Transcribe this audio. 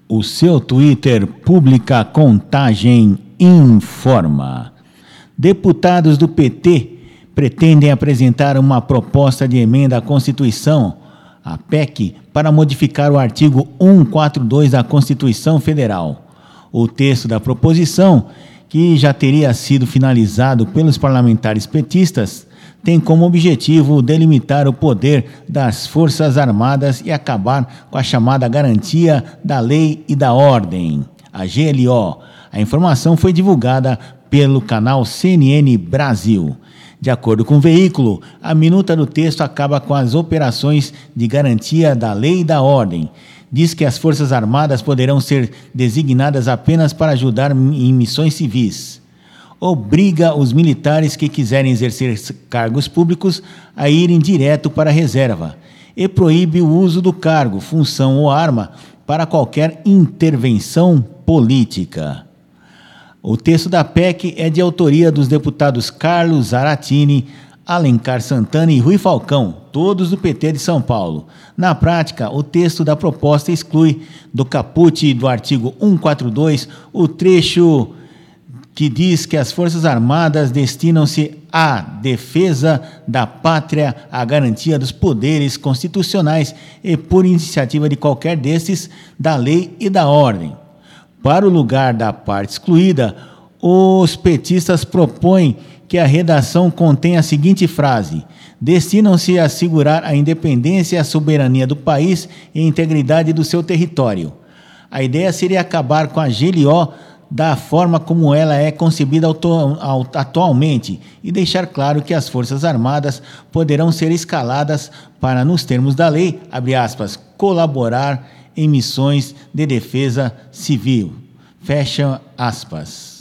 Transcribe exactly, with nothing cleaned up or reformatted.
O seu Twitter publica contagem informa. Deputados do P T pretendem apresentar uma proposta de emenda à Constituição, a P E C, para modificar o artigo cento e quarenta e dois da Constituição Federal. O texto da proposição, que já teria sido finalizado pelos parlamentares petistas, tem como objetivo delimitar o poder das Forças Armadas e acabar com a chamada Garantia da Lei e da Ordem, a G L O. A informação foi divulgada pelo canal C N N Brasil. De acordo com o veículo, a minuta do texto acaba com as operações de garantia da lei e da ordem. Diz que as Forças Armadas poderão ser designadas apenas para ajudar em missões civis. Obriga os militares que quiserem exercer cargos públicos a irem direto para a reserva e proíbe o uso do cargo, função ou arma para qualquer intervenção política. O texto da P E C é de autoria dos deputados Carlos Zaratini, Alencar Santana e Rui Falcão, todos do P T de São Paulo. Na prática, o texto da proposta exclui do caput do artigo cento e quarenta e dois o trecho que diz que as Forças Armadas destinam-se à defesa da pátria, à garantia dos poderes constitucionais e, por iniciativa de qualquer destes, da lei e da ordem. Para o lugar da parte excluída, os petistas propõem que a redação contenha a seguinte frase: destinam-se a assegurar a independência e a soberania do país e a integridade do seu território. A ideia seria acabar com a G L O da forma como ela é concebida atualmente e deixar claro que as Forças Armadas poderão ser escaladas para, nos termos da lei, abre aspas, colaborar em missões de defesa civil, fecha aspas.